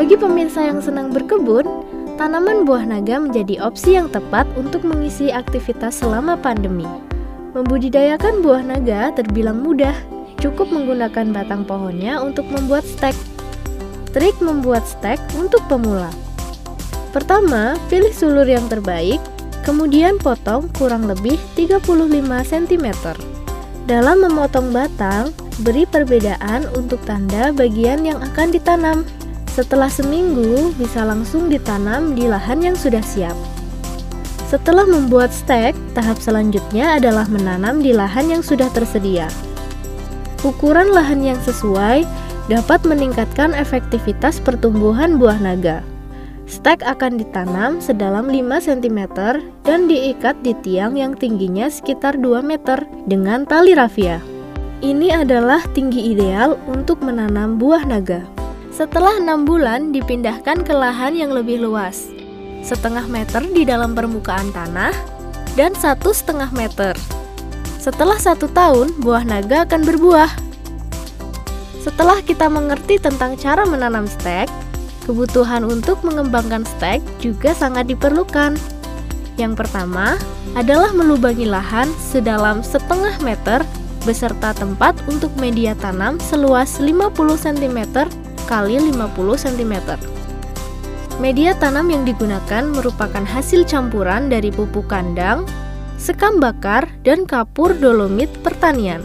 Bagi pemirsa yang senang berkebun, tanaman buah naga menjadi opsi yang tepat untuk mengisi aktivitas selama pandemi. Membudidayakan buah naga terbilang mudah, cukup menggunakan batang pohonnya untuk membuat stek. Trik membuat stek untuk pemula. Pertama, pilih sulur yang terbaik, kemudian potong kurang lebih 35 cm. Dalam memotong batang, beri perbedaan untuk tanda bagian yang akan ditanam. Setelah seminggu, bisa langsung ditanam di lahan yang sudah siap. Setelah membuat stek, tahap selanjutnya adalah menanam di lahan yang sudah tersedia. Ukuran lahan yang sesuai dapat meningkatkan efektivitas pertumbuhan buah naga. Stek akan ditanam sedalam 5 cm dan diikat di tiang yang tingginya sekitar 2 meter dengan tali rafia. Ini adalah tinggi ideal untuk menanam buah naga. Setelah 6 bulan dipindahkan ke lahan yang lebih luas, setengah meter di dalam permukaan tanah dan 1,5 meter. Setelah 1 tahun, buah naga akan berbuah. Setelah kita mengerti tentang cara menanam stek, kebutuhan untuk mengembangkan stek juga sangat diperlukan. Yang pertama adalah melubangi lahan sedalam 0,5 meter beserta tempat untuk media tanam seluas 50 cm kali 50 cm. Media tanam yang digunakan merupakan hasil campuran dari pupuk kandang, sekam bakar, dan kapur dolomit pertanian.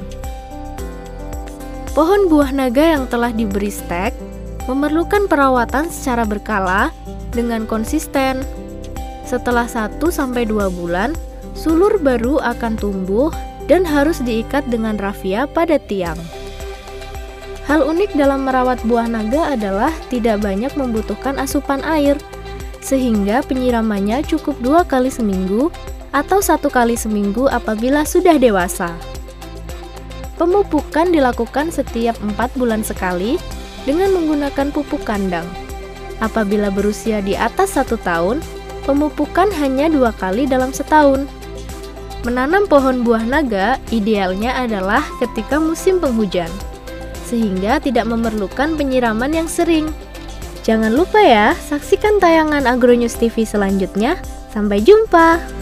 Pohon buah naga yang telah diberi stek memerlukan perawatan secara berkala dengan konsisten. Setelah 1-2 bulan, sulur baru akan tumbuh dan harus diikat dengan rafia pada tiang. Hal unik dalam merawat buah naga adalah tidak banyak membutuhkan asupan air, sehingga penyiramannya cukup 2 kali seminggu atau 1 kali seminggu apabila sudah dewasa. Pemupukan dilakukan setiap 4 bulan sekali dengan menggunakan pupuk kandang. Apabila berusia di atas 1 tahun, pemupukan hanya 2 kali dalam setahun. Menanam pohon buah naga idealnya adalah ketika musim penghujan, sehingga tidak memerlukan penyiraman yang sering. Jangan lupa ya, saksikan tayangan Agronews TV selanjutnya. Sampai jumpa!